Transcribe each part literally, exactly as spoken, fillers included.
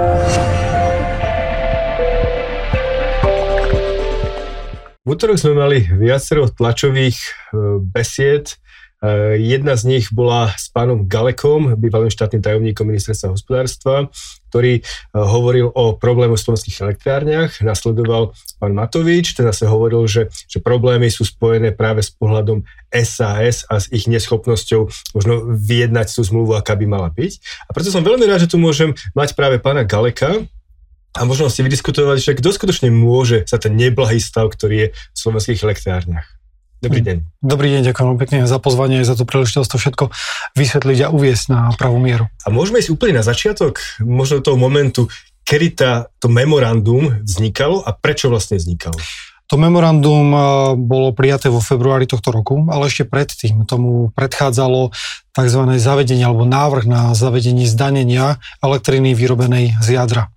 V útorok sme mali viacero tlačových besied. Jedna z nich bola s pánom Galekom, bývalým štátnym tajomníkom ministerstva hospodárstva, ktorý hovoril o problémoch v slovenských elektrárniach. Nasledoval pán Matovič, ten zase hovoril, že, že problémy sú spojené práve s pohľadom es a es a s ich neschopnosťou možno vyjednať tú zmluvu, aká by mala byť. A preto som veľmi rád, že tu môžem mať práve pána Galeka, a možno si vydiskutovať, že kto skutočne môže za ten neblahý stav, ktorý je v slovenských elektrárniach. Dobrý deň. Dobrý deň, ďakujem pekne za pozvanie a za tú príležitosť to všetko vysvetliť a uviesť na pravú mieru. A môžeme ísť úplne na začiatok, možno toho momentu, kedy tá, to memorandum vznikalo a prečo vlastne vznikalo? To memorandum bolo prijaté vo februári tohto roku, ale ešte predtým tomu predchádzalo tzv. Zavedenie alebo návrh na zavedenie zdanenia elektriny vyrobenej z jadra.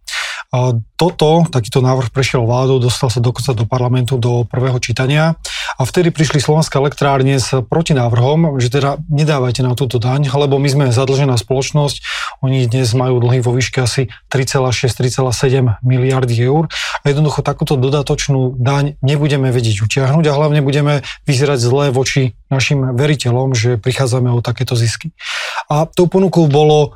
Toto, takýto návrh prešiel vládou, dostal sa dokonca do parlamentu do prvého čítania a vtedy prišli slovenské elektrárne s protinávrhom, že teda nedávajte na túto daň, lebo my sme zadlžená spoločnosť, oni dnes majú dlhy vo výške asi tri celé šesť tri celé sedem miliardy eur a jednoducho takúto dodatočnú daň nebudeme vedieť utiahnuť a hlavne budeme vyzerať zle voči našim veriteľom, že prichádzame o takéto zisky. A tou ponukou bolo: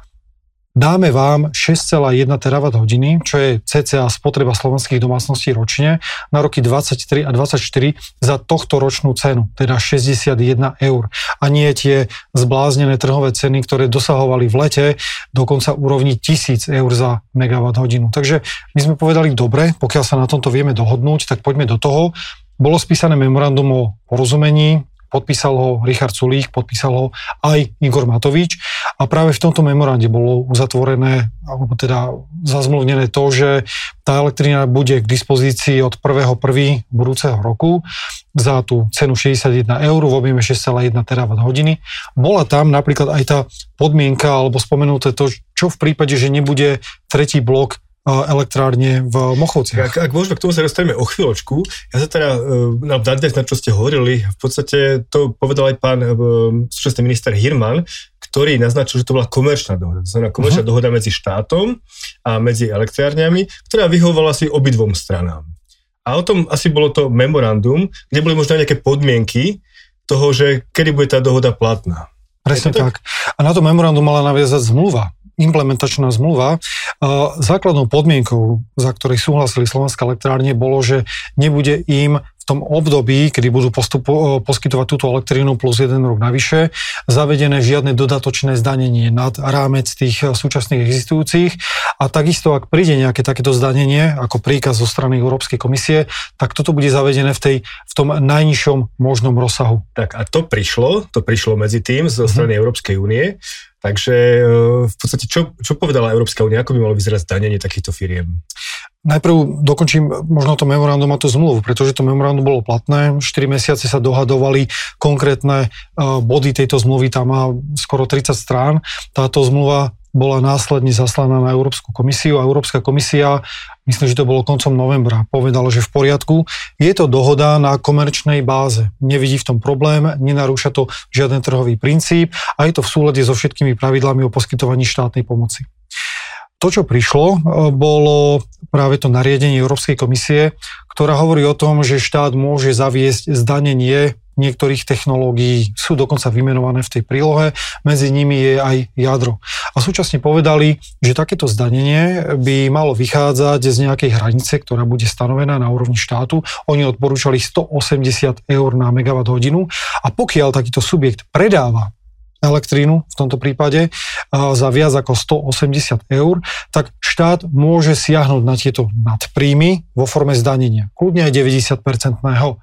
dáme vám šesť celé jeden terawatt hodiny, čo je cca spotreba slovenských domácností ročne na roky dvadsaťtri a dvadsaťštyri za tohto ročnú cenu, teda šesťdesiatjeden eur. A nie tie zbláznené trhové ceny, ktoré dosahovali v lete dokonca úrovni tisíc eur za megawatt hodinu. Takže my sme povedali, dobre, pokiaľ sa na tomto vieme dohodnúť, tak poďme do toho. Bolo spísané memorandum o porozumení, podpísal ho Richard Sulík, podpísal ho aj Igor Matovič a práve v tomto memorande bolo uzatvorené, alebo teda zazmluvnené to, že tá elektrina bude k dispozícii od prvého prvého budúceho roku za tú cenu šesťdesiatjeden eur v objeme šesť celé jeden terawatt hodiny. Bola tam napríklad aj tá podmienka, alebo spomenuté to, čo v prípade, že nebude tretí blok elektrárne v Mochovciach. Ak, ak môžeme k tomu sa dostaneme o chvíľočku, ja sa teda na nadviac, na čo ste hovorili, v podstate to povedal aj pán súčasný minister Hirman, ktorý naznačil, že to bola komerčná dohoda. To znamená komerčná uh-huh. dohoda medzi štátom a medzi elektrárniami, ktorá vyhovovala si obidvom stranám. A o tom asi bolo to memorandum, kde boli možno nejaké podmienky toho, že kedy bude tá dohoda platná. Presne tak? tak. A na to memorandum mala naviazať zmluva. Implementačná zmluva. Základnou podmienkou, za ktorej súhlasili slovenské elektrárne, bolo, že nebude im v tom období, kedy budú postupo, poskytovať túto elektrínu plus jeden rok navyše, zavedené žiadne dodatočné zdanenie nad rámec tých súčasných existujúcich. A takisto, ak príde nejaké takéto zdanenie, ako príkaz zo strany Európskej komisie, tak toto bude zavedené v, tej, v tom najnižšom možnom rozsahu. Tak a to prišlo, to prišlo medzi tým zo strany hmm. Európskej únie. Takže v podstate, čo, čo povedala Európska únia, ako by malo vyzerať zdanenie takýchto firiem? Najprv dokončím možno to memorandum a tú zmluvu, pretože to memorandum bolo platné, štyri mesiace sa dohadovali konkrétne body tejto zmluvy, tam má skoro tridsať strán. Táto zmluva bola následne zaslaná na Európsku komisiu a Európska komisia, myslím, že to bolo koncom novembra, povedala, že v poriadku. Je to dohoda na komerčnej báze. Nevidí v tom problém, nenarúša to žiaden trhový princíp a je to v súlade so všetkými pravidlami o poskytovaní štátnej pomoci. To, čo prišlo, bolo práve to nariadenie Európskej komisie, ktorá hovorí o tom, že štát môže zaviesť zdanenie niektorých technológií, sú dokonca vymenované v tej prílohe, medzi nimi je aj jadro. A súčasne povedali, že takéto zdanenie by malo vychádzať z nejakej hranice, ktorá bude stanovená na úrovni štátu. Oni odporúčali stoosemdesiat eur na megawatt hodinu a pokiaľ takýto subjekt predáva elektrínu v tomto prípade za viac ako stoosemdesiat eur, tak štát môže siahnuť na tieto nadpríjmy vo forme zdanenia. Kľudne aj deväťdesiat percent.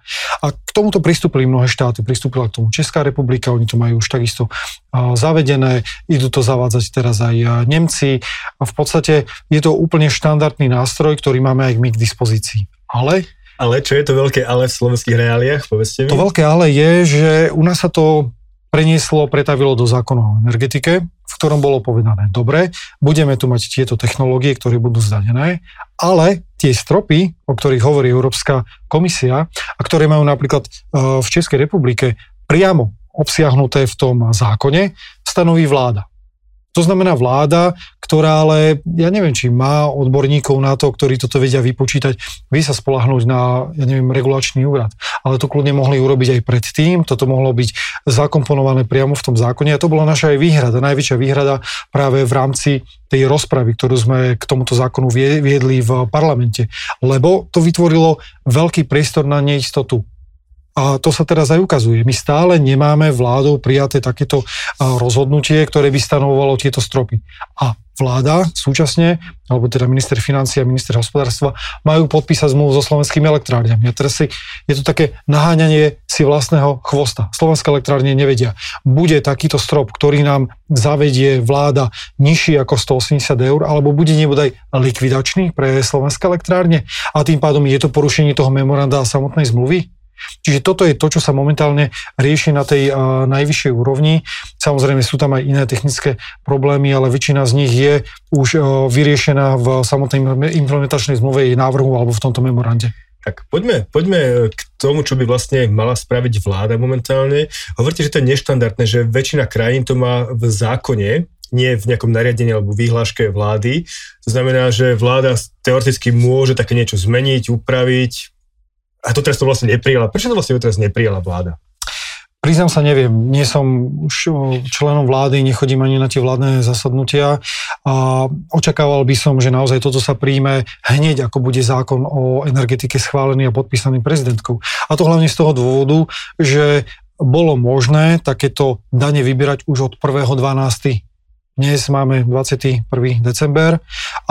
A k tomuto pristúpili mnohé štáty. Pristúpila k tomu Česká republika, oni to majú už takisto zavedené, idú to zavádzať teraz aj Nemci. A v podstate je to úplne štandardný nástroj, ktorý máme aj my k dispozícii. Ale Ale čo je to veľké ale v slovenských reáliách? Povedzte mi. To veľké ale je, že u nás sa to prenieslo, pretavilo do zákona o energetike, v ktorom bolo povedané, dobre, budeme tu mať tieto technológie, ktoré budú zdanené, ale tie stropy, o ktorých hovorí Európska komisia a ktoré majú napríklad v Českej republike priamo obsiahnuté v tom zákone, stanoví vláda. To znamená vláda, ktorá ale, ja neviem, či má odborníkov na to, ktorí toto vedia vypočítať, vie sa spoľahnúť na, ja neviem, regulačný úrad. Ale to kľudne mohli urobiť aj predtým, toto mohlo byť zakomponované priamo v tom zákone a to bola naša aj výhrada, najväčšia výhrada práve v rámci tej rozpravy, ktorú sme k tomuto zákonu viedli v parlamente. Lebo to vytvorilo veľký priestor na neistotu. A to sa teraz aj ukazuje. My stále nemáme vládou prijaté takéto rozhodnutie, ktoré by stanovovalo tieto stropy. A vláda súčasne, alebo teda minister financií a minister hospodárstva majú podpísať zmluvu so slovenskými elektrárňami. A teraz si, je to také naháňanie si vlastného chvosta. Slovenské elektrárne nevedia. Bude takýto strop, ktorý nám zavedie vláda nižší ako stoosemdesiat eur, alebo bude nebodaj likvidačný pre slovenské elektrárne a tým pádom je to porušenie toho memoranda a samotnej zmluvy? Čiže toto je to, čo sa momentálne rieši na tej uh, najvyššej úrovni. Samozrejme sú tam aj iné technické problémy, ale väčšina z nich je už uh, vyriešená v samotnej implementačnej zmluve jej návrhu alebo v tomto memorande. Tak poďme, poďme k tomu, čo by vlastne mala spraviť vláda momentálne. Hovoríte, že to je neštandardné, že väčšina krajín to má v zákone, nie v nejakom nariadení alebo výhláške vlády. To znamená, že vláda teoreticky môže také niečo zmeniť, upraviť. A to teraz to vlastne neprijala. Prečo to vlastne teraz neprijala vláda? Priznám sa, neviem. Nie som už členom vlády, nechodím ani na tie vládne zasadnutia a očakával by som, že naozaj toto sa príjme hneď, ako bude zákon o energetike schválený a podpísaný prezidentkou. A to hlavne z toho dôvodu, že bolo možné takéto dane vyberať už od prvého dvanásteho Dnes máme dvadsiateho prvého december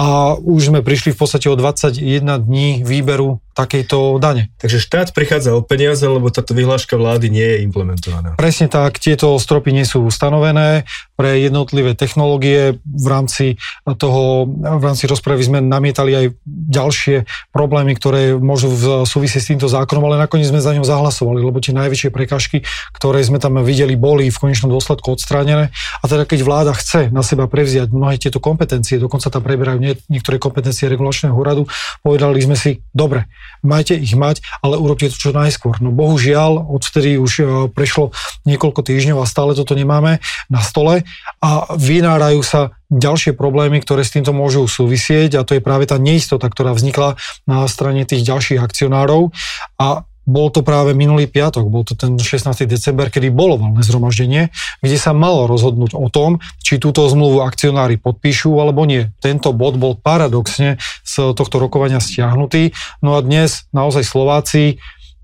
a už sme prišli v podstate o dvadsaťjeden dní výberu takejto dane. Takže štát prichádza o peniaze, lebo táto vyhláška vlády nie je implementovaná. Presne tak, tieto stropy nie sú stanovené pre jednotlivé technológie. V rámci toho, v rámci rozpravy sme namietali aj ďalšie problémy, ktoré môžu súvisieť s týmto zákonom, ale nakoniec sme za ňom zahlasovali, lebo tie najväčšie prekážky, ktoré sme tam videli, boli v konečnom dôsledku odstránené. A teda keď vláda chce na seba prevziať mnohé tieto kompetencie, dokonca tam preberajú niektoré kompetencie regulačného úradu, povedali sme si, dobre, majte ich mať, ale urobte to čo najskôr. No bohužiaľ, odvtedy už prešlo niekoľko týždňov a stále toto nemáme na stole a vynárajú sa ďalšie problémy, ktoré s týmto môžu súvisieť a to je práve tá neistota, ktorá vznikla na strane tých ďalších akcionárov a bol to práve minulý piatok, bol to ten šestnásteho december, kedy bolo valné zhromaždenie, kde sa malo rozhodnúť o tom, či túto zmluvu akcionári podpíšu alebo nie. Tento bod bol paradoxne z tohto rokovania stiahnutý. No a dnes naozaj Slováci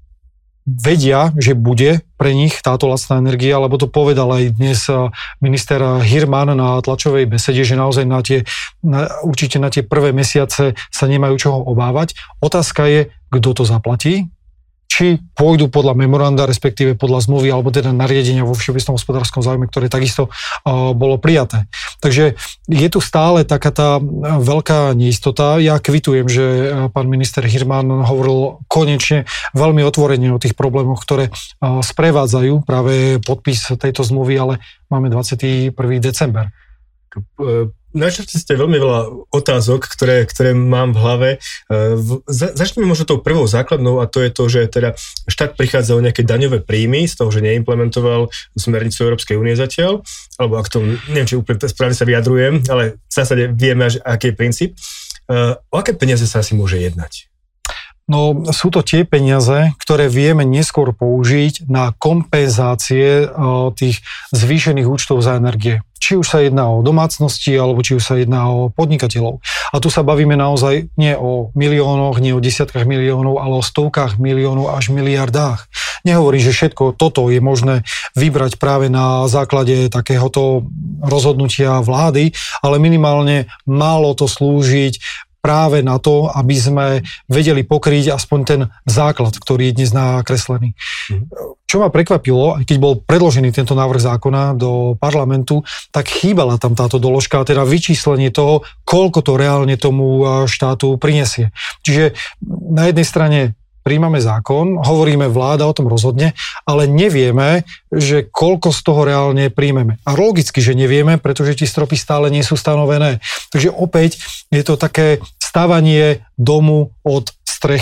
vedia, že bude pre nich táto lacná energia, lebo to povedal aj dnes minister Hirman na tlačovej besede, že naozaj na tie, na, určite na tie prvé mesiace sa nemajú čoho obávať. Otázka je, kto to zaplatí, či pôjdu podľa memoranda, respektíve podľa zmluvy, alebo teda nariadenia vo všeobecnom hospodárskom záujme, ktoré takisto uh, bolo prijaté. Takže je tu stále taká tá veľká neistota. Ja kvitujem, že pán minister Hirman hovoril konečne veľmi otvorene o tých problémoch, ktoré uh, sprevádzajú práve podpis tejto zmluvy, ale máme dvadsiateho prvého december. Načrtli ste veľmi veľa otázok, ktoré, ktoré mám v hlave. Za, začneme možno tou prvou základnou a to je to, že teda štát prichádza o nejaké daňové príjmy z toho, že neimplementoval smernicu Európskej únie zatiaľ, alebo ak to, neviem, či úplne správne sa vyjadrujem, ale v zásade vieme, aký je princíp. O aké peniaze sa asi môže jednať? No sú to tie peniaze, ktoré vieme neskôr použiť na kompenzácie tých zvýšených účtov za energie. Či už sa jedná o domácnosti, alebo či už sa jedná o podnikateľov. A tu sa bavíme naozaj nie o miliónoch, nie o desiatkách miliónov, ale o stovkách miliónov až miliardách. Nehovorím, že všetko toto je možné vybrať práve na základe takéhoto rozhodnutia vlády, ale minimálne malo to slúžiť práve na to, aby sme vedeli pokryť aspoň ten základ, ktorý je dnes nakreslený. Mm. Čo ma prekvapilo, keď bol predložený tento návrh zákona do parlamentu, tak chýbala tam táto doložka, teda vyčíslenie toho, koľko to reálne tomu štátu prinesie. Čiže na jednej strane príjmame zákon, hovoríme, vláda o tom rozhodne, ale nevieme, že koľko z toho reálne príjmeme. A logicky, že nevieme, pretože tie stropy stále nie sú stanovené. Takže opäť je to také stavanie domu od strechy.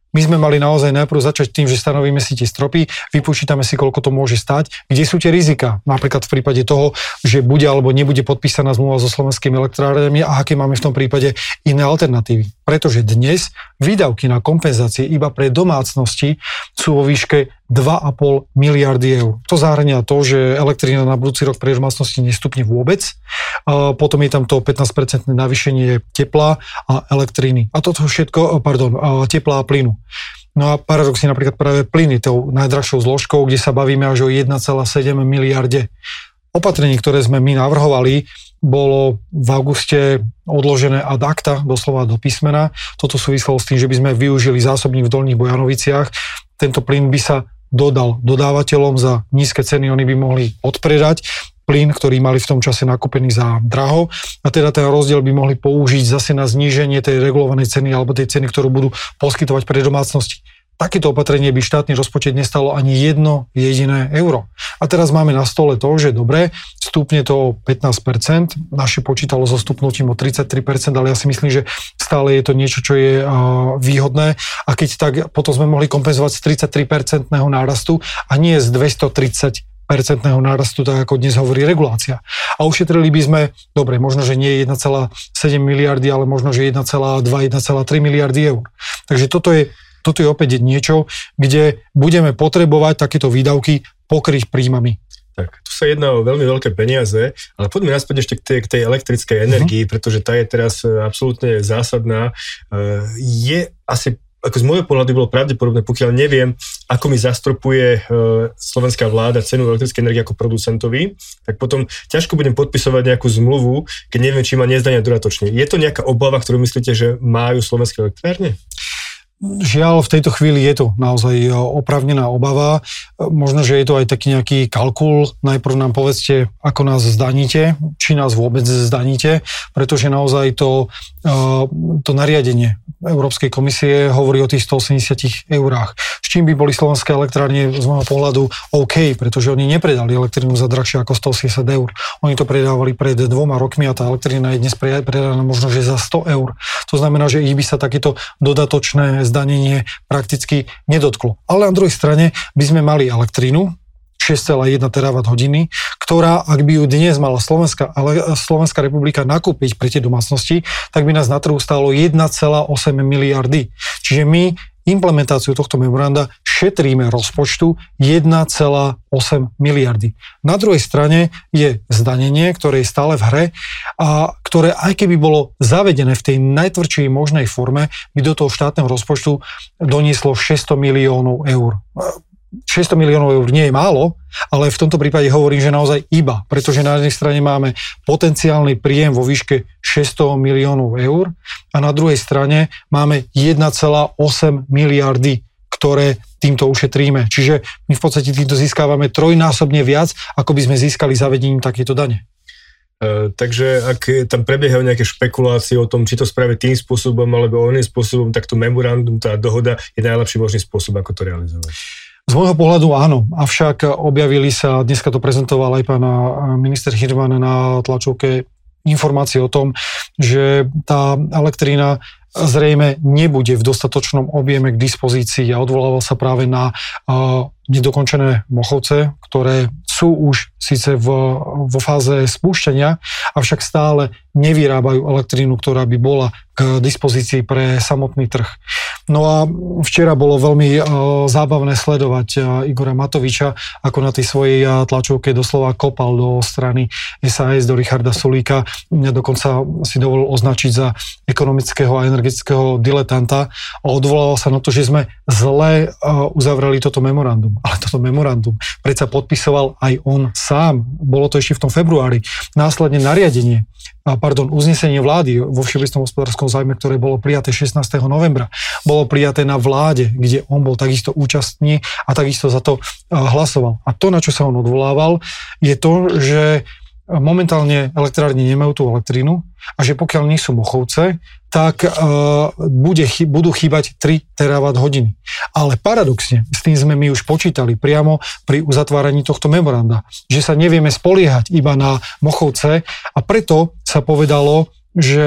My sme mali naozaj najprv začať tým, že stanovíme si tie stropy, vypočítame si, koľko to môže stať, kde sú tie rizika. Napríklad v prípade toho, že bude alebo nebude podpísaná zmluva so slovenskými elektrárňami a aké máme v tom prípade iné alternatívy. Pretože dnes výdavky na kompenzácie iba pre domácnosti sú vo výške dva a pol miliardy eur. To zahrania to, že elektrina na budúci rok pre domácnosti nestupne vôbec. Potom je tam to pätnásť percent navýšenie tepla a elektriny. A toto všetko, pardon, tepla a plynu. No a paradoxne napríklad práve plyn je tou najdrahšou zložkou, kde sa bavíme až o jeden celá sedem miliarde. Opatrenie, ktoré sme my navrhovali, bolo v auguste odložené ad acta, doslova do písmena. Toto súvislo s tým, že by sme využili zásobník v Dolných Bojanoviciach. Tento plyn by sa dodal dodávateľom za nízke ceny, oni by mohli odpredať plyn, ktorý mali v tom čase nakúpený za draho a teda ten rozdiel by mohli použiť zase na zníženie tej regulovanej ceny alebo tej ceny, ktorú budú poskytovať pre domácnosti. Takéto opatrenie by štátny rozpočet nestalo ani jedno jediné euro. A teraz máme na stole to, že dobre, stupne to o pätnásť percent, naše počítalo so stupnutím o tridsaťtri percent, ale ja si myslím, že stále je to niečo, čo je uh, výhodné a keď tak, potom sme mohli kompenzovať z tridsaťtri percentného nárastu a nie z dvestotridsať percentného nárastu, tak ako dnes hovorí regulácia. A ušetrili by sme, dobre, možno, že nie jeden celá sedem miliardy, ale možno, že jeden celá dva, jeden celá tri miliardy eur. Takže toto je Toto je opäť niečo, kde budeme potrebovať takéto výdavky pokryť príjmami. Tak, tu sa jedná o veľmi veľké peniaze, ale poďme naspäť ešte k tej, k tej elektrickej energii, mm-hmm. pretože tá je teraz absolútne zásadná. Je asi, ako z môjho pohľadu bolo pravdepodobné, pokiaľ neviem, ako mi zastropuje slovenská vláda cenu elektrickej energie ako producentovi, tak potom ťažko budem podpisovať nejakú zmluvu, keď neviem, či ma nezdania dodatočne. Je to nejaká obava, ktorú myslíte, že majú slovenské elektrárne? Žiaľ, v tejto chvíli je to naozaj oprávnená obava. Možno, že je to aj taký nejaký kalkul. Najprv nám povedzte, ako nás zdaníte, či nás vôbec zdaníte, pretože naozaj to, to nariadenie Európskej komisie hovorí o tých stoosemdesiat eurách. S čím by boli slovenské elektrárne z môjho pohľadu OK, pretože oni nepredali elektrínu za drahšie ako stoosemdesiat eur. Oni to predávali pred dvoma rokmi a tá elektrina je dnes predaná možno, že za sto eur. To znamená, že ich by sa takéto dodatočné zdanenie prakticky nedotklo. Ale na druhej strane by sme mali elektrínu, šesť celá jeden terawatt hodiny, ktorá, ak by ju dnes mala Slovenská, ale Slovenská republika nakúpiť pre tie domácnosti, tak by nás na trhu stálo jeden celá osem miliardy. Čiže my implementáciu tohto memoranda šetríme rozpočtu jeden celá osem miliardy. Na druhej strane je zdanenie, ktoré je stále v hre a ktoré aj keby bolo zavedené v tej najtvrdšej možnej forme, by do toho štátneho rozpočtu donieslo šesťsto miliónov eur. šesťsto miliónov eur nie je málo, ale v tomto prípade hovorím, že naozaj iba, pretože na jednej strane máme potenciálny príjem vo výške šesťsto miliónov eur a na druhej strane máme jeden celá osem miliardy, ktoré týmto ušetríme. Čiže my v podstate týmto získávame trojnásobne viac, ako by sme získali zavedením takéto dane. Uh, takže ak tam prebiehajú nejaké špekulácie o tom, či to spraviť tým spôsobom alebo oným spôsobom, tak to memorandum, tá dohoda je najlepší možný spôsob, ako to realizovať. Z môjho pohľadu áno, avšak objavili sa, dneska to prezentoval aj pán minister Hirman na tlačovke, informácie o tom, že tá elektrína zrejme nebude v dostatočnom objeme k dispozícii a odvolával sa práve na uh, nedokončené Mochovce, ktoré sú už síce v, vo fáze spúšťania, avšak stále nevyrábajú elektrínu, ktorá by bola k dispozícii pre samotný trh. No a včera bolo veľmi uh, zábavné sledovať uh, Igora Matoviča, ako na tej svojej uh, tlačovke doslova kopal do strany es a es, do Richarda Sulíka. Mňa dokonca si dovolil označiť za ekonomického a energetického diletanta a odvolával sa na to, že sme zle uh, uzavreli toto memorandum. Ale toto memorandum predsa podpisoval aj on sám. Bolo to ešte v tom februári. Následne nariadenie, pardon, uznesenie vlády vo všeobecnom hospodárskom záujme, ktoré bolo prijaté šestnásteho novembra, bolo prijaté na vláde, kde on bol takisto účastný a takisto za to hlasoval. A to, na čo sa on odvolával, je to, že momentálne elektrárne nemajú tú elektrínu a že pokiaľ nie sú Mochovce, tak uh, bude, budú chýbať tri terawatt hodiny. Ale paradoxne, s tým sme my už počítali priamo pri uzatváraní tohto memoranda, že sa nevieme spoliehať iba na Mochovce a preto sa povedalo, že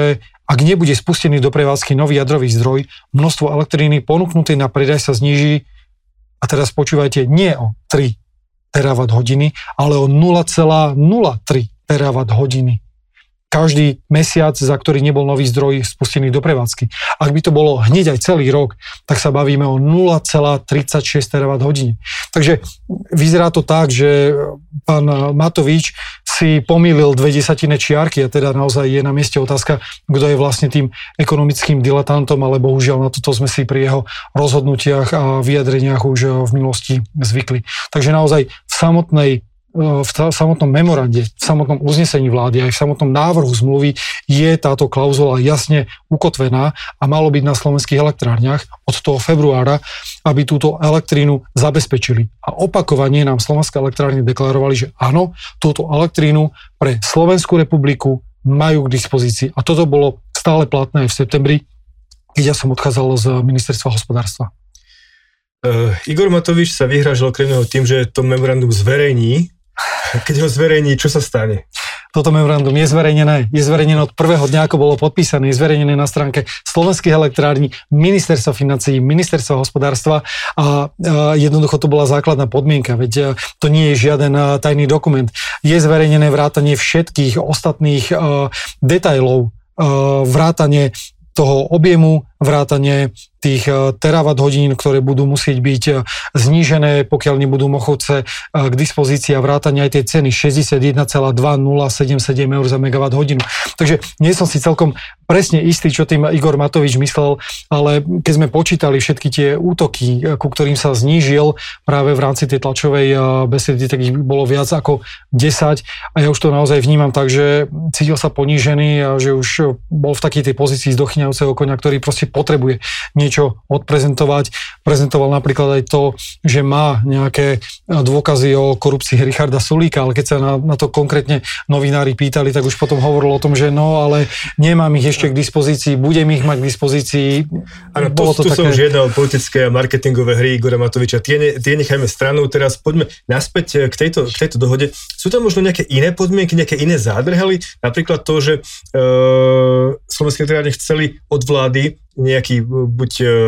Ak nebude spustený do prevádzky nový jadrový zdroj, množstvo elektriny ponúknuté na predaj sa zníži, a teraz počúvajte, nie o tri terawatt hodiny, ale o nula celá nula tri terawatt hodiny. Každý mesiac, za ktorý nebol nový zdroj spustený do prevádzky. Ak by to bolo hneď aj celý rok, tak sa bavíme o nula celá tridsaťšesť terawatt hodiny. Takže vyzerá to tak, že pán Matovič si pomýlil dve desatine čiarky a teda naozaj je na mieste otázka, kto je vlastne tým ekonomickým diletantom, ale bohužiaľ na toto sme si pri jeho rozhodnutiach a vyjadreniach už v minulosti zvykli. Takže naozaj v samotnej v samotnom memorande, v samotnom uznesení vlády aj v samotnom návrhu zmluvy je táto klauzula jasne ukotvená a malo byť na slovenských elektrárniach od toho februára, aby túto elektrínu zabezpečili. A opakovane nám slovenské elektrárne deklarovali, že áno, túto elektrínu pre Slovenskú republiku majú k dispozícii. A toto bolo stále platné aj v septembri, keď ja som odchádzal z ministerstva hospodárstva. Uh, Igor Matovič sa vyhrážal okrem neho tým, že to memorandum zverejní. Keď ho zverejní, čo sa stane? Toto memorandum je zverejnené. Je zverejnené od prvého dňa, ako bolo podpísané. Je zverejnené na stránke slovenských elektrární, ministerstva financií, ministerstva hospodárstva a jednoducho to bola základná podmienka, veď to nie je žiaden tajný dokument. Je zverejnené vrátanie všetkých ostatných detailov, vrátanie toho objemu, vrátanie tých terawatt hodín, ktoré budú musieť byť znížené, pokiaľ nebudú Mochovce k dispozícii a vrátanie aj tej ceny šesťdesiatjeden celá dvetisícsedemdesiatsedem eur za megawatt hodinu. Takže nie som si celkom presne istý, čo tým Igor Matovič myslel, ale keď sme počítali všetky tie útoky, ku ktorým sa znížil práve v rámci tej tlačovej besedy, tak ich bolo viac ako desať a ja už to naozaj vnímam tak, že cítil sa ponížený a že už bol v takej tej pozícii z dochyňajúceho koňa, ktorý proste potrebuje niečo odprezentovať. Prezentoval napríklad aj to, že má nejaké dôkazy o korupcii Richarda Sulíka, ale keď sa na, na to konkrétne novinári pýtali, tak už potom hovoril o tom, že no, ale nemám ich ešte k dispozícii, budem ich mať k dispozícii. Áno, to, tu také... som žiadal politické a marketingové hry Igora Matoviča. Tie, ne, tie nechajme stranou. Teraz poďme naspäť k tejto, k tejto dohode. Sú tam možno nejaké iné podmienky, nejaké iné zádrhely? Napríklad to, že e, slovenské elektrárne chceli od vlády nejaký buď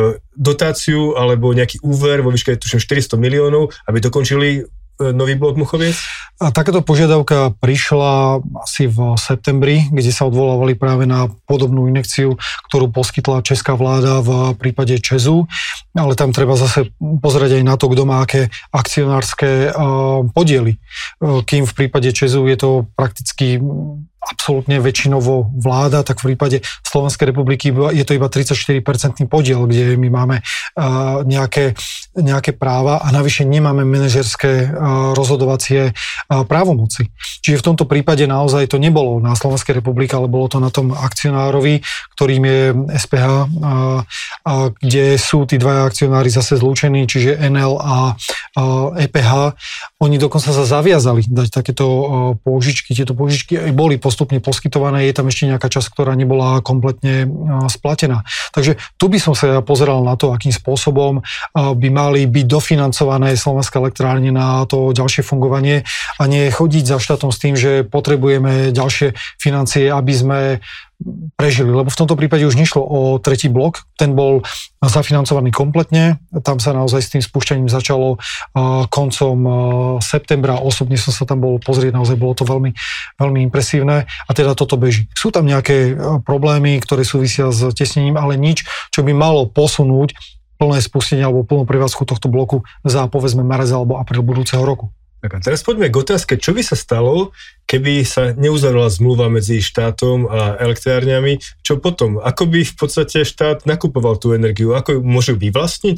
dotáciu alebo nejaký úver vo výške tuším štyristo miliónov, aby dokončili nový blok Muchoviec? A takáto požiadavka prišla asi v septembri, kde sa odvolávali práve na podobnú injekciu, ktorú poskytla česká vláda v prípade ČEZu, ale tam treba zase pozrieť aj na to, kto má aké akcionárske podiely. Kým v prípade ČEZu je to prakticky absolútne väčšinovo vláda, tak v prípade Slovenskej republiky je to iba tridsaťštyri percent podiel, kde my máme uh, nejaké, nejaké práva a navyše nemáme manažerské uh, rozhodovacie uh, právomoci. Čiže v tomto prípade naozaj to nebolo na Slovenskej republike, ale bolo to na tom akcionárovi, ktorým je es pé há, uh, uh, kde sú tí dvaja akcionári zase zlúčení, čiže en el a uh, é pé há. Oni dokonca sa zaviazali dať takéto uh, pôžičky. Tieto pôžičky aj boli postupne poskytované, je tam ešte nejaká časť, ktorá nebola kompletne splatená. Takže tu by som sa pozeral na to, akým spôsobom by mali byť dofinancované slovenské elektrárne na to ďalšie fungovanie a nie chodiť za štátom s tým, že potrebujeme ďalšie financie, aby sme prežili, lebo v tomto prípade už nešlo o tretí blok, ten bol zafinancovaný kompletne, tam sa naozaj s tým spúšťaním začalo uh, koncom uh, septembra, osobne som sa tam bol pozrieť, naozaj bolo to veľmi, veľmi impresívne a teda toto beží. Sú tam nejaké uh, problémy, ktoré súvisia s tesnením, ale nič, čo by malo posunúť plné spustenie alebo plnú prevádzku tohto bloku za povedzme marec alebo apríl budúceho roku. Tak a teraz poďme k otázke, čo by sa stalo, keby sa neuzavrela zmluva medzi štátom a elektrárňami, čo potom? Ako by v podstate štát nakupoval tú energiu? Ako ju môžu vyvlastniť?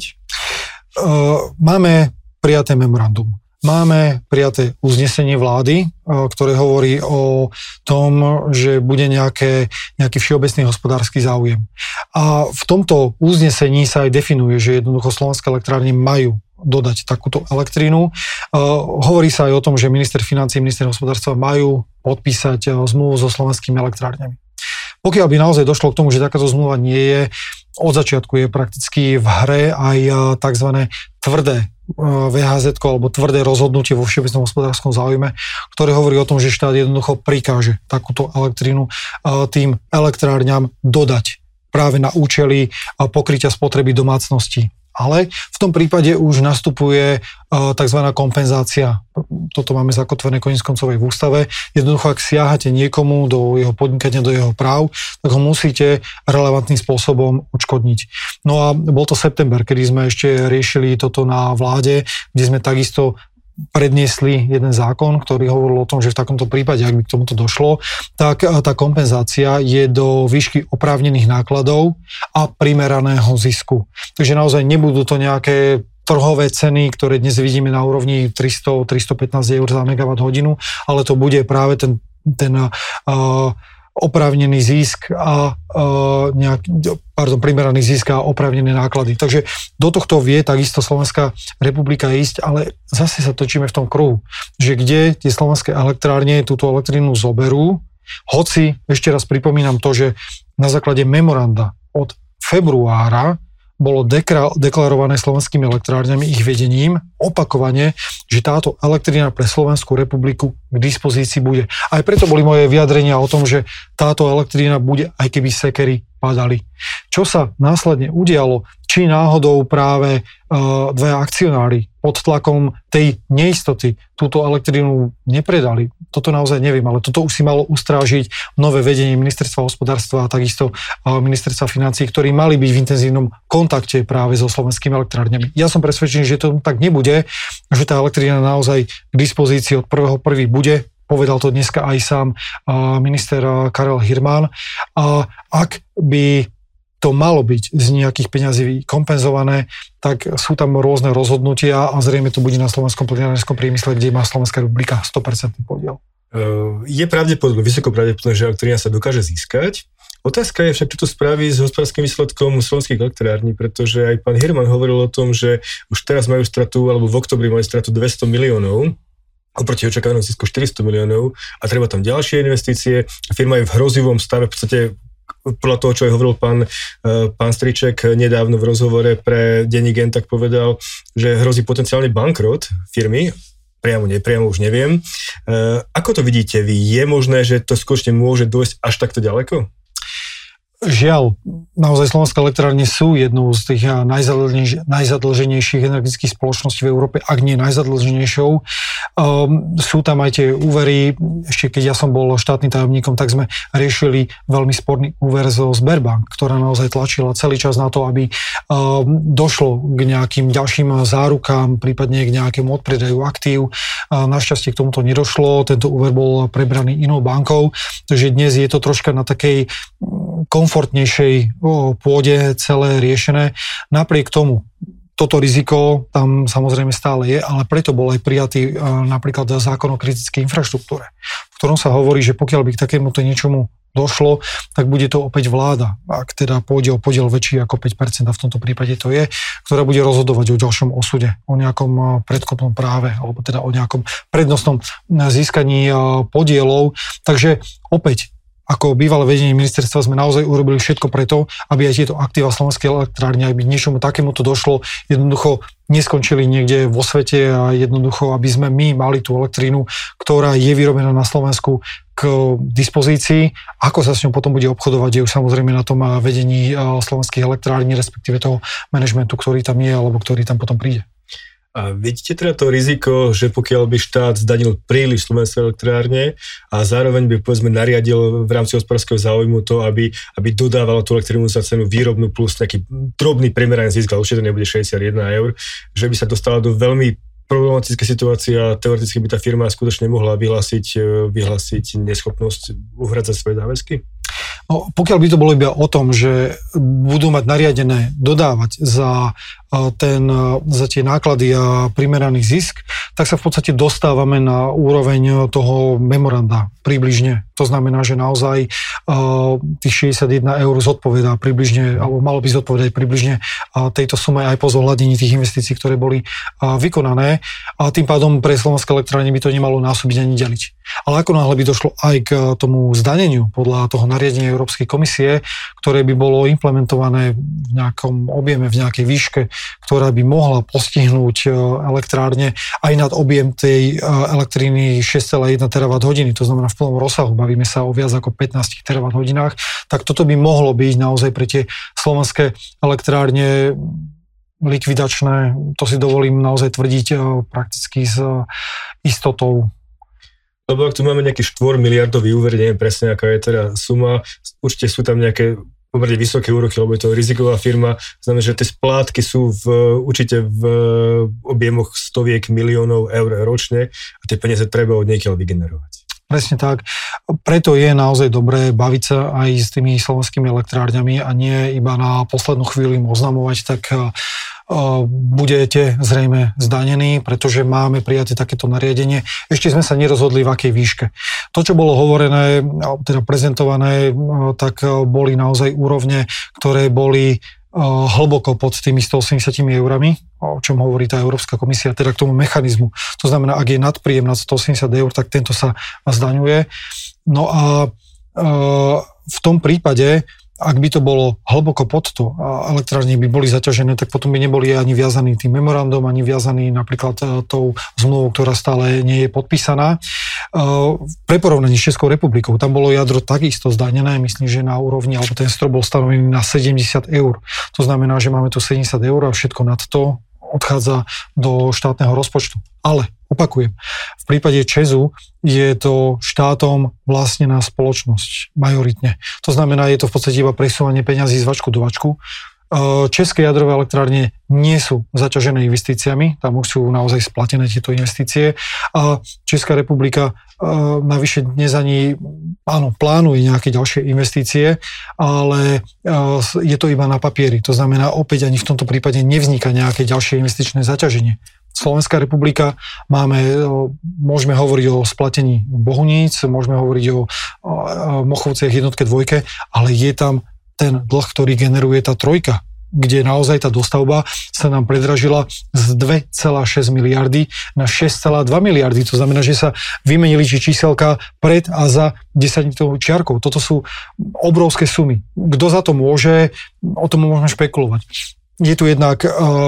Uh, máme prijaté memorandum. Máme prijaté uznesenie vlády, ktoré hovorí o tom, že bude nejaké, nejaký všeobecný hospodársky záujem. A v tomto uznesení sa aj definuje, že jednoducho slovenské elektrárne majú dodať takúto elektrínu. Uh, hovorí sa aj o tom, že minister financií, minister hospodárstva majú podpísať uh, zmluvu so slovenskými elektrárňami. Pokiaľ by naozaj došlo k tomu, že takáto zmluva nie je, od začiatku je prakticky v hre aj uh, tzv. tvrdé vé há zet alebo tvrdé rozhodnutie vo všeobecnom hospodárskom záujme, ktoré hovorí o tom, že štát jednoducho prikáže takúto elektrínu tým elektrárňam dodať práve na účely pokrytia spotreby domácností. Ale v tom prípade už nastupuje tzv. Kompenzácia. Toto máme zakotvené koniec koncov aj v ústave. Jednoducho, ak siahate niekomu do jeho podnikania, do jeho práv, tak ho musíte relevantným spôsobom odškodniť. No a bol to september, kedy sme ešte riešili toto na vláde, kde sme takisto predniesli jeden zákon, ktorý hovoril o tom, že v takomto prípade, ak by k tomuto došlo, tak tá kompenzácia je do výšky oprávnených nákladov a primeraného zisku. Takže naozaj nebudú to nejaké trhové ceny, ktoré dnes vidíme na úrovni tristo až tristopätnásť eur za megawatt hodinu, ale to bude práve ten, ten uh, oprávnený zisk a uh, nejak, pardon, primeraný zisk a oprávnené náklady. Takže do tohto vie takisto Slovenská republika ísť, ale zase sa točíme v tom kruhu, že kde tie slovenské elektrárne túto elektrínu zoberú, hoci, ešte raz pripomínam to, že na základe memoranda od februára bolo dekra- deklarované slovenskými elektrárňami, ich vedením, opakovane, že táto elektrína pre Slovenskú republiku k dispozícii bude. Aj preto boli moje vyjadrenia o tom, že táto elektrína bude, aj keby sekery padali. Čo sa následne udialo, či náhodou práve uh, dve akcionári pod tlakom tej neistoty túto elektrínu nepredali, toto naozaj neviem, ale toto už si malo ustrážiť nové vedenie ministerstva hospodárstva a takisto uh, ministerstva financií, ktorí mali byť v intenzívnom kontakte práve so slovenskými elektrárňami. Ja som presvedčený, že to tak nebude, že tá elektrína naozaj k dispozícii od prvého prvého bude. Povedal to dneska aj sám uh, minister uh, Karel Hirman. A ak by to malo byť z nejakých peňazí kompenzované, tak sú tam rôzne rozhodnutia a zrejme to bude na slovenskom plynárenském priemysle, kde má Slovenská republika sto percent podiel. Je pravdepodobne, vysoko pravdepodobne, že elektrina sa dokáže získať. Otázka je však, čo to spraví s hospodárskym výsledkom slovenských elektrární, pretože aj pán Hirman hovoril o tom, že už teraz majú stratu, alebo v oktobri majú stratu dvesto miliónov, oproti očakávanom zisku štyristo miliónov a treba tam ďalšie investície. Firma je v hrozivom stave, v podstate podľa toho, čo aj hovoril pán, pán Striček nedávno v rozhovore pre denník N, tak povedal, že hrozí potenciálny bankrot firmy, priamo, nepriamo, už neviem. Ako to vidíte vy? Je možné, že to skutočne môže dôjsť až takto ďaleko? Žiaľ, naozaj slovenské elektrárne sú jednou z tých najzadlženejších, najzadlženejších energetických spoločností v Európe, ak nie najzadlženejšou. Um, sú tam aj tie úvery, ešte keď ja som bol štátnym tajomníkom, tak sme riešili veľmi sporný úver zo Sberbank, ktorá naozaj tlačila celý čas na to, aby um, došlo k nejakým ďalším zárukám, prípadne k nejakému odpredaju aktív. Uh, našťastie k tomuto nedošlo, tento úver bol prebraný inou bankou, takže dnes je to troška na takej komfortnejšej pôde celé riešené. Napriek tomu, toto riziko tam samozrejme stále je, ale preto bol aj prijatý napríklad zákon o kritickej infraštruktúre, v ktorom sa hovorí, že pokiaľ by k takémuto niečomu došlo, tak bude to opäť vláda, ak teda pôjde o podiel väčší ako päť percent, a v tomto prípade to je, ktorá bude rozhodovať o ďalšom osude, o nejakom predkopnom práve, alebo teda o nejakom prednostnom získaní podielov. Takže opäť, ako bývalé vedenie ministerstva sme naozaj urobili všetko preto, aby aj tieto aktíva slovenskej elektrárne, aby niečomu takémuto došlo, jednoducho neskončili niekde vo svete a jednoducho, aby sme my mali tú elektrínu, ktorá je vyrobená na Slovensku, k dispozícii. Ako sa s ňou potom bude obchodovať, je už samozrejme na tom vedení slovenských elektrární, respektíve toho manažmentu, ktorý tam je, alebo ktorý tam potom príde. A vidíte teda to riziko, že pokiaľ by štát zdanil príliš slovenské elektrárne a zároveň by povedzme nariadil v rámci hospodárskeho záujmu to, aby, aby dodávalo tú elektrínu za cenu výrobnú plus nejaký drobný primeraný zisk, ale určite to nebude šesťdesiatjeden eur, že by sa dostala do veľmi problematické situácie a teoreticky by tá firma skutočne mohla vyhlásiť, vyhlásiť neschopnosť uhradzať svoje záväzky? No, pokiaľ by to bolo iba o tom, že budú mať nariadené dodávať za, ten, za tie náklady a primeraný zisk, tak sa v podstate dostávame na úroveň toho memoranda približne. To znamená, že naozaj tých šesťdesiatjeden eur zodpovedá približne, alebo malo by zodpovedať približne tejto sume aj po zohľadnení tých investícií, ktoré boli vykonané. A tým pádom pre slovenské elektrárne by to nemalo násobiť ani deliť. Ale ako náhle by došlo aj k tomu zdaneniu podľa toho nariadenia Európskej komisie, ktoré by bolo implementované implementované v nejakom objeme, v nejakej výške, ktorá by mohla postihnúť elektrárne aj nad objem tej elektriny šesť celá jedna terawatt hodiny, to znamená v plnom rozsahu, bavíme sa o viac ako pätnásť terawatt hodinách, tak toto by mohlo byť naozaj pre tie slovenské elektrárne likvidačné, to si dovolím naozaj tvrdiť prakticky s istotou. Lebo ak tu máme nejaký štvormiliardový úver, neviem presne, aká je teda suma, určite sú tam nejaké pomerne vysoké úroky, lebo je to riziková firma, znamená, že tie splátky sú v, určite v objemoch stoviek miliónov eur ročne a tie peniaze treba od niekiaľ vygenerovať. Presne tak. Preto je naozaj dobré baviť sa aj s tými slovenskými elektrárňami a nie iba na poslednú chvíľu im oznamovať, tak uh, budete zrejme zdanení, pretože máme prijaté takéto nariadenie. Ešte sme sa nerozhodli, v akej výške. To, čo bolo hovorené, teda prezentované, uh, tak uh, boli naozaj úrovne, ktoré boli uh, hlboko pod tými stoosemdesiatimi eurami, o čom hovorí tá Európska komisia, teda k tomu mechanizmu. To znamená, ak je nadpríjem nad stoosemdesiat eur, tak tento sa zdaňuje. No a e, v tom prípade, ak by to bolo hlboko pod to a elektrárne by boli zaťažené, tak potom by neboli ani viazaní tým memorandom, ani viazaní napríklad tou zmluvou, ktorá stále nie je podpísaná. Pre porovnanie s Českou republikou, tam bolo jadro takisto zdanené, myslím, že na úrovni, alebo ten strop bol stanovený na sedemdesiat eur. To znamená, že máme tu sedemdesiat eur a všetko nad to odchádza do štátneho rozpočtu. Ale, opakujem, v prípade ČEZu je to štátom vlastnená spoločnosť majoritne. To znamená, je to v podstate iba presúvanie peňazí z vačku do vačku. České jadrové elektrárne nie sú zaťažené investíciami, tam už sú naozaj splatené tieto investície a Česká republika navyše dnes ani, áno, plánuje nejaké ďalšie investície, ale je to iba na papieri. To znamená, opäť ani v tomto prípade nevzniká nejaké ďalšie investičné zaťaženie. Slovenská republika, máme, môžeme hovoriť o splatení Bohuníc, môžeme hovoriť o Mochovciach jednotke dvojke, ale je tam ten dlh, ktorý generuje tá trojka, kde naozaj tá dostavba sa nám predražila z dva celé šesť miliardy na šesť celé dva miliardy. To znamená, že sa vymenili číselka pred a za desať čiarkou. Toto sú obrovské sumy. Kto za to môže, o tom môžeme špekulovať. Je tu jednak,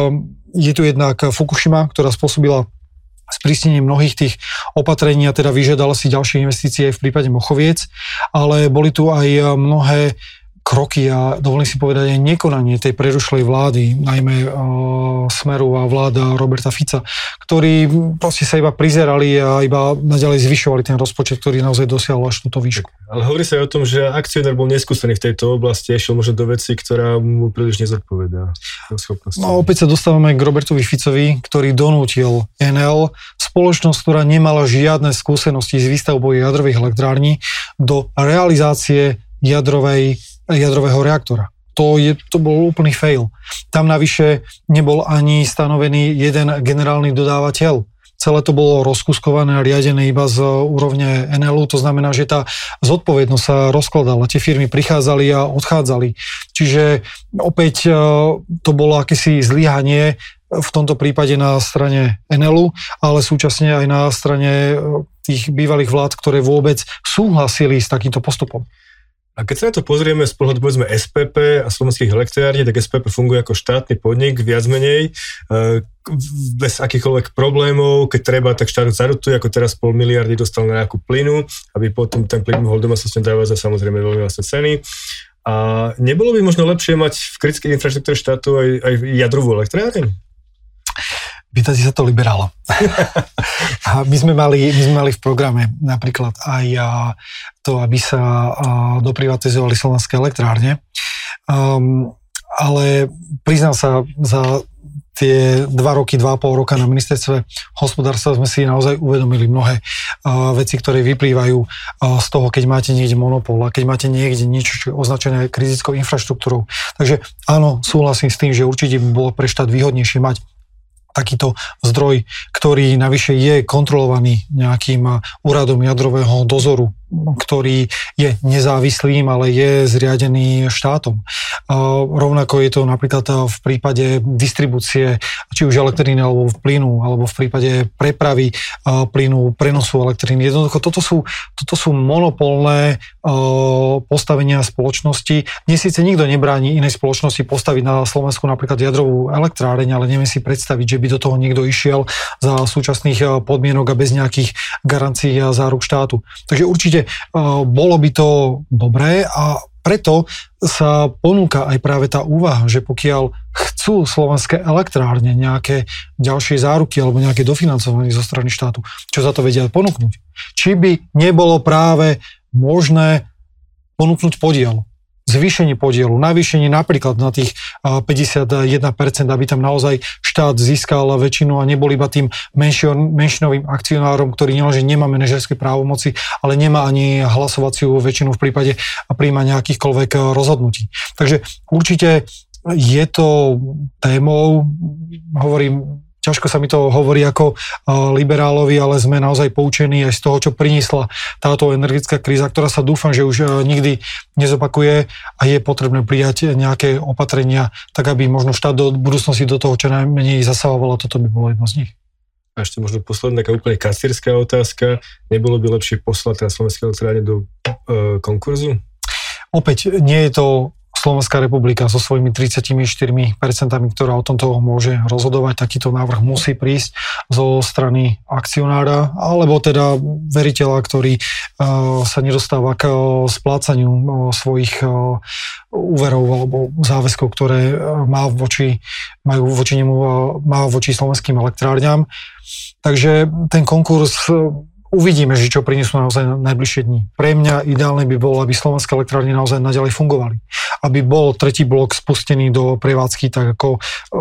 je tu jednak Fukushima, ktorá spôsobila sprísnenie mnohých tých opatrení a teda vyžiadala si ďalšie investície v prípade Mochoviec, ale boli tu aj mnohé kroky a dovolím si povedať aj nekonanie tej prerušlej vlády, najmä e, Smeru a vláda Roberta Fica, ktorí proste sa iba prizerali a iba naďalej zvyšovali ten rozpočet, ktorý naozaj dosiahol až túto výšku. Ale hovorí sa aj o tom, že akcionár bol neskúsený v tejto oblasti, išiel možno do veci, ktorá mu príliš nezodpovedá. No opäť sa dostávame k Robertovi Ficovi, ktorý donútil en el, spoločnosť, ktorá nemala žiadne skúsenosti s výstavbou jadrových elektrární, do realizácie jadrovej jadrového reaktora. To, je, to bol úplný fail. Tam navyše nebol ani stanovený jeden generálny dodávateľ. Celé to bolo rozkuskované a riadené iba z úrovne en el u, to znamená, že tá zodpovednosť sa rozkladala. Tie firmy prichádzali a odchádzali. Čiže opäť to bolo akési zlyhanie v tomto prípade na strane en el u, ale súčasne aj na strane tých bývalých vlád, ktoré vôbec súhlasili s takýmto postupom. A keď sa na to pozrieme z pohľadu povedzme es pé pé a slovenských elektrární, tak es pé pé funguje ako štátny podnik, viac menej, bez akýchkoľvek problémov, keď treba, tak štát zarotuje, ako teraz pol miliardy dostal na nejakú plynu, aby potom ten plyn mohol domácnostiam dávať za samozrejme veľmi vlastné ceny. A nebolo by možno lepšie mať v kritickej infraštruktúre štátu aj, aj jadrovú elektrárnu? Pýtate sa to liberála. A my sme mali, my sme mali v programe napríklad aj to, aby sa doprivatizovali slovenské elektrárne. Um, ale priznám sa, za tie dva roky, dva a pol roka na ministerstve hospodárstva sme si naozaj uvedomili mnohé uh, veci, ktoré vyplývajú uh, z toho, keď máte niekde monopol a keď máte niekde niečo, čo je označené kritickou infraštruktúrou. Takže áno, súhlasím s tým, že určite by bolo pre štát výhodnejšie mať takýto zdroj, ktorý navyše je kontrolovaný nejakým úradom jadrového dozoru, ktorý je nezávislým, ale je zriadený štátom. Rovnako je to napríklad v prípade distribúcie, či už elektriny alebo plynu, alebo v prípade prepravy plynu, prenosu elektriny. Jednoducho, toto sú, toto sú monopolné postavenia spoločnosti. Dnes síce nikto nebráni inej spoločnosti postaviť na Slovensku napríklad jadrovú elektráreň, ale neviem si predstaviť, že by do toho niekto išiel za súčasných podmienok a bez nejakých garancií a záruk štátu. Takže určite bolo by to dobré a preto sa ponúka aj práve tá úvaha, že pokiaľ chcú slovenské elektrárne nejaké ďalšie záruky alebo nejaké dofinancovanie zo strany štátu, čo za to vedia ponúknuť, či by nebolo práve možné ponúknuť podiel, zvýšenie podielu, navýšenie napríklad na tých päťdesiatjeden percent, aby tam naozaj štát získal väčšinu a nebol iba tým menšinovým akcionárom, ktorý nielenže nemá manažerské právomoci, ale nemá ani hlasovaciu väčšinu v prípade príjmania akýchkoľvek rozhodnutí. Takže určite je to témou, hovorím, ťažko sa mi to hovorí ako liberálovi, ale sme naozaj poučení aj z toho, čo priniesla táto energetická kríza, ktorá sa dúfam, že už nikdy nezopakuje a je potrebné prijať nejaké opatrenia, tak aby možno štát do budúcnosti do toho čo najmenej zasahoval a toto by bolo jedno z nich. A ešte možno posledná taká úplne kastierská otázka. Nebolo by lepšie poslať na slovenské elektrárne do e, konkurzu? Opäť, nie je to Slovenská republika so svojimi tridsaťštyri percent, ktorá o tomto môže rozhodovať. Takýto návrh musí prísť zo strany akcionára, alebo teda veriteľa, ktorý uh, sa nedostáva k uh, splácaniu uh, svojich uh, úverov alebo záväzkov, ktoré uh, má voči, majú voči nemu, uh, má voči slovenským elektrárňam. Takže ten konkurs uh, uvidíme, že čo prinesú naozaj na najbližšie dni. Pre mňa ideálne by bolo, aby slovenské elektrárne naozaj naďalej fungovali. Aby bol tretí blok spustený do prevádzky, tak ako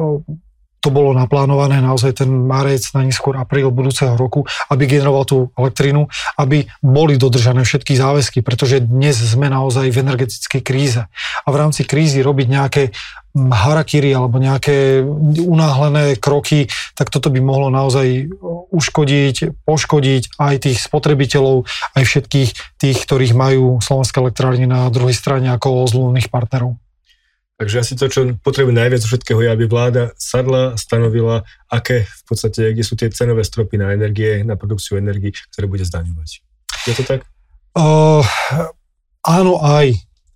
to bolo naplánované, naozaj ten marec, najneskôr apríl budúceho roku, aby generoval tú elektrínu, aby boli dodržané všetky záväzky, pretože dnes sme naozaj v energetickej kríze. A v rámci krízy robiť nejaké harakiri alebo nejaké unáhlené kroky, tak toto by mohlo naozaj uškodiť, poškodiť aj tých spotrebiteľov, aj všetkých tých, ktorých majú slovenské elektrárne na druhej strane ako zlúbnych partnerov. Takže asi to, čo potrebuje najviac zo všetkého, je, aby vláda sadla, stanovila, aké v podstate, kde sú tie cenové stropy na energie, na produkciu energií, ktoré bude zdaňovať. Je to tak? Uh, áno aj,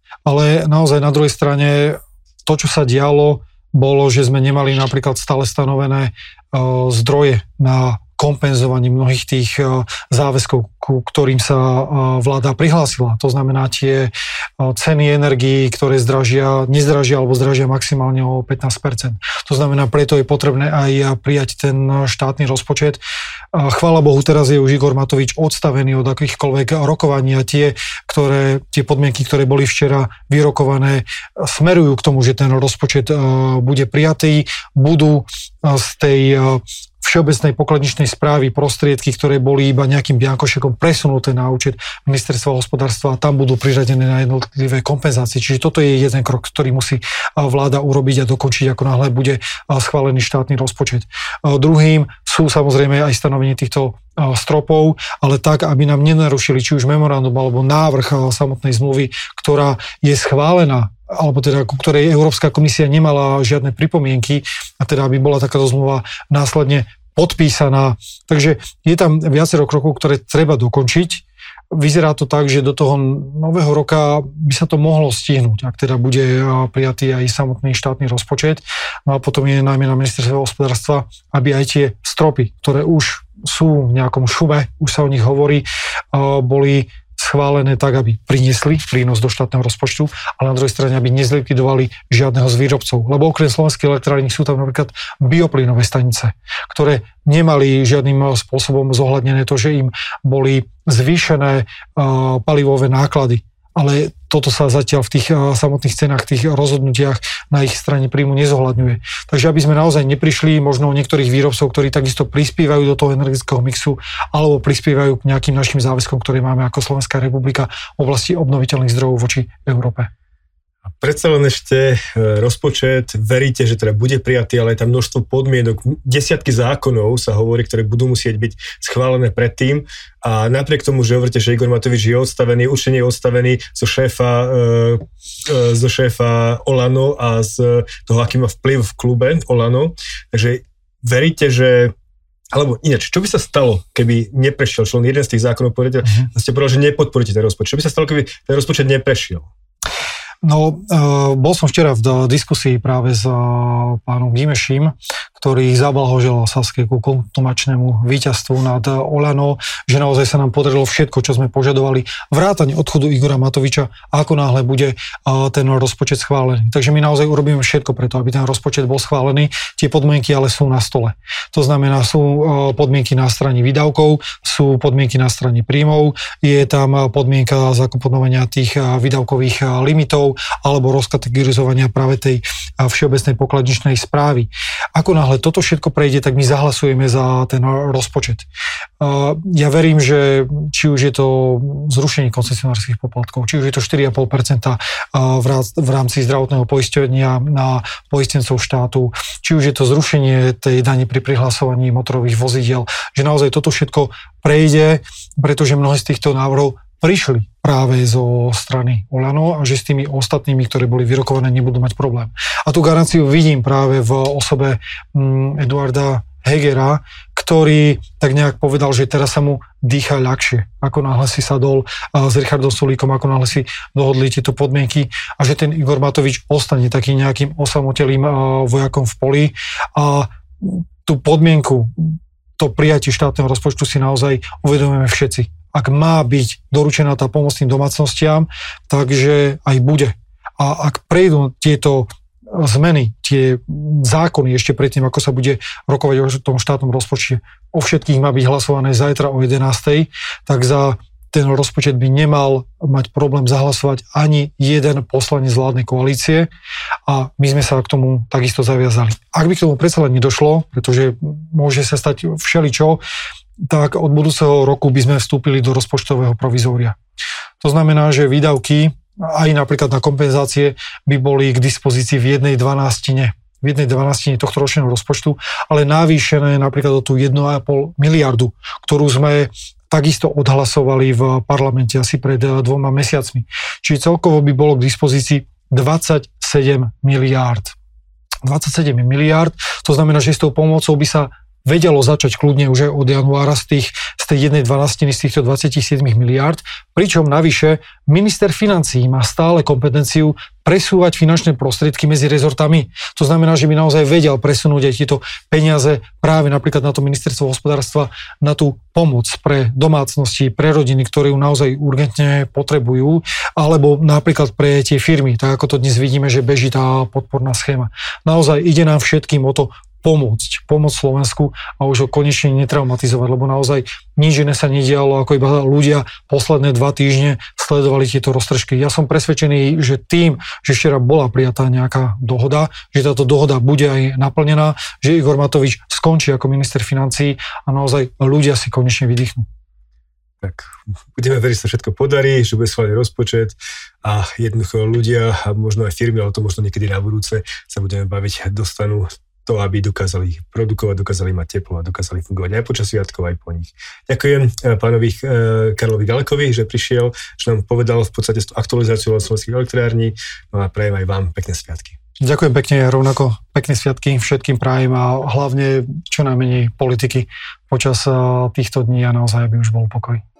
ale naozaj na druhej strane to, čo sa dialo, bolo, že sme nemali napríklad stále stanovené uh, zdroje na kompenzovanie mnohých tých uh, záväzkov, ku ktorým sa uh, vláda prihlásila. To znamená tie uh, ceny energií, ktoré zdražia, nezdražia alebo zdražia maximálne o pätnásť percent. To znamená, preto je potrebné aj prijať ten štátny rozpočet. Uh, chvála Bohu, teraz je už Igor Matovič odstavený od akýchkoľvek rokovaní a tie, ktoré, tie podmienky, ktoré boli včera vyrokované, smerujú k tomu, že ten rozpočet uh, bude prijatý, budú uh, z tej uh, všeobecnej pokladničnej správy prostriedky, ktoré boli iba nejakým biankošekom presunuté na účet ministerstva hospodárstva a tam budú priradené na jednotlivé kompenzácie. Čiže toto je jeden krok, ktorý musí vláda urobiť a dokončiť, ako náhle bude schválený štátny rozpočet. Druhým sú samozrejme aj stanovenie týchto stropov, ale tak, aby nám nenarušili či už memorandum alebo návrh samotnej zmluvy, ktorá je schválená, alebo teda ku ktorej Európska komisia nemala žiadne pripomienky a teda aby bola takáto zmluva následne podpísaná. Takže je tam viacero krokov, ktoré treba dokončiť. Vyzerá to tak, že do toho nového roka by sa to mohlo stihnúť, ak teda bude prijatý aj samotný štátny rozpočet. No a potom je najmä na ministerstve hospodárstva, aby aj tie stropy, ktoré už sú v nejakom šume, už sa o nich hovorí, boli schválené tak, aby priniesli prínos do štátneho rozpočtu, ale na druhej strane, aby nezlikvidovali žiadneho z výrobcov. Lebo okrem slovenských elektrární sú tam napríklad bioplynové stanice, ktoré nemali žiadnym spôsobom zohľadnené to, že im boli zvýšené uh, palivové náklady. Ale toto sa zatiaľ v tých uh, samotných cenách, tých rozhodnutiach na ich strane príjmu nezohľadňuje. Takže aby sme naozaj neprišli možno niektorých výrobcov, ktorí takisto prispievajú do toho energetického mixu alebo prispievajú k nejakým našim záväzkom, ktoré máme ako Slovenská republika v oblasti obnoviteľných zdrojov voči Európe. predsa len ešte rozpočet, veríte, že teda bude prijatý, ale je tam množstvo podmienok, desiatky zákonov sa hovorí, ktoré budú musieť byť schválené predtým a napriek tomu, že hovoríte, že Igor Matovič je odstavený, určite nie je odstavený zo šéfa, zo šéfa Olano a z toho, aký má vplyv v klube Olano, takže veríte, že alebo ináč, čo by sa stalo, keby neprešiel, čo len jeden z tých zákonov povedal, uh-huh. ste povedali, že nepodporíte ten rozpočet. Čo by sa stalo, keby ten rozpočet neprešiel? No, uh, bol som včera v diskusii práve s uh, pánom Dimeším, ktorý zablahoželal Saske ku kontumačnému víťazstvu nad Olano, že naozaj sa nám podarilo všetko, čo sme požadovali, vrátane odchodu Igora Matoviča, ako náhle bude uh, ten rozpočet schválený. Takže my naozaj urobíme všetko preto, aby ten rozpočet bol schválený. Tie podmienky ale sú na stole. To znamená, sú uh, podmienky na strane výdavkov, sú podmienky na strane príjmov, je tam podmienka zakomponovania tých uh, výdavkových uh, limitov alebo rozkategorizovania práve tej uh, všeobecnej pokladničnej správy. Ako náhle toto všetko prejde, tak my zahlasujeme za ten rozpočet. Ja verím, že či už je to zrušenie koncesionárskych poplatkov, či už je to štyri celé päť percenta v rámci zdravotného poistenia na poistencov štátu, či už je to zrušenie tej dane pri prihlasovaní motorových vozidiel, že naozaj toto všetko prejde, pretože mnohé z týchto návrhov prišli práve zo strany Olano a že s tými ostatnými, ktoré boli vyrokované, nebudú mať problém. A tú garanciu vidím práve v osobe mm, Eduarda Hegera, ktorý tak nejak povedal, že teraz sa mu dýcha ľahšie, ako náhle si sadol uh, s Richardom Sulíkom, ako náhle si dohodli tieto podmienky a že ten Igor Matovič ostane takým nejakým osamotelým uh, vojakom v poli a tú podmienku, to prijatie štátneho rozpočtu si naozaj uvedomujeme všetci. Ak má byť doručená tá pomoc tým domácnostiam, takže aj bude. A ak prejdú tieto zmeny, tie zákony ešte predtým, ako sa bude rokovať o tom štátnom rozpočte, o všetkých má byť hlasované zajtra o jedenástej, tak za ten rozpočet by nemal mať problém zahlasovať ani jeden poslanec vládnej koalície a my sme sa k tomu takisto zaviazali. Ak by k tomu predsa len nedošlo, pretože môže sa stať všeličo, tak od budúceho roku by sme vstúpili do rozpočtového provizória. To znamená, že výdavky aj napríklad na kompenzácie by boli k dispozícii v jednej dvanástine, v jednej dvanástine tohto ročného rozpočtu, ale navýšené napríklad o tú jednu a pol miliardu, ktorú sme takisto odhlasovali v parlamente asi pred dvoma mesiacmi. Čiže celkovo by bolo k dispozícii dvadsaťsedem miliárd. dvadsaťsedem miliárd, to znamená, že s tou pomocou by sa vedelo začať kľudne už od januára z, tých, z tej jednej dvanástiny z týchto dvadsaťsedem miliárd, pričom navyše minister financií má stále kompetenciu presúvať finančné prostriedky medzi rezortami. To znamená, že by naozaj vedel presunúť aj tieto peniaze práve napríklad na to ministerstvo hospodárstva, na tú pomoc pre domácnosti, pre rodiny, ktoré ju naozaj urgentne potrebujú, alebo napríklad pre tie firmy, tak ako to dnes vidíme, že beží tá podporná schéma. Naozaj ide nám všetkým o to pomôcť, pomôcť Slovensku a už ho konečne netraumatizovať, lebo naozaj nič iné sa nedialo, ako iba ľudia posledné dva týždne sledovali tieto roztržky. Ja som presvedčený, že tým, že včera bola prijatá nejaká dohoda, že táto dohoda bude aj naplnená, že Igor Matovič skončí ako minister financií a naozaj ľudia si konečne vydýchnú. Tak budeme veriť, že sa všetko podarí, že bude schválený rozpočet a jednoducho ľudia a možno aj firmy, ale to možno niekedy na budúce sa budeme baviť, dostanú to, aby dokázali produkovať, dokázali mať teplo a dokázali fungovať aj počas sviatkov, aj po nich. Ďakujem pánovi Karlovi Galekovi, že prišiel, že nám povedal v podstate tú aktualizáciu slovenských elektrární, no a prajem aj vám pekné sviatky. Ďakujem pekne, rovnako pekné sviatky všetkým prajem a hlavne čo najmenej politiky počas týchto dní a naozaj, aby už bol pokoj.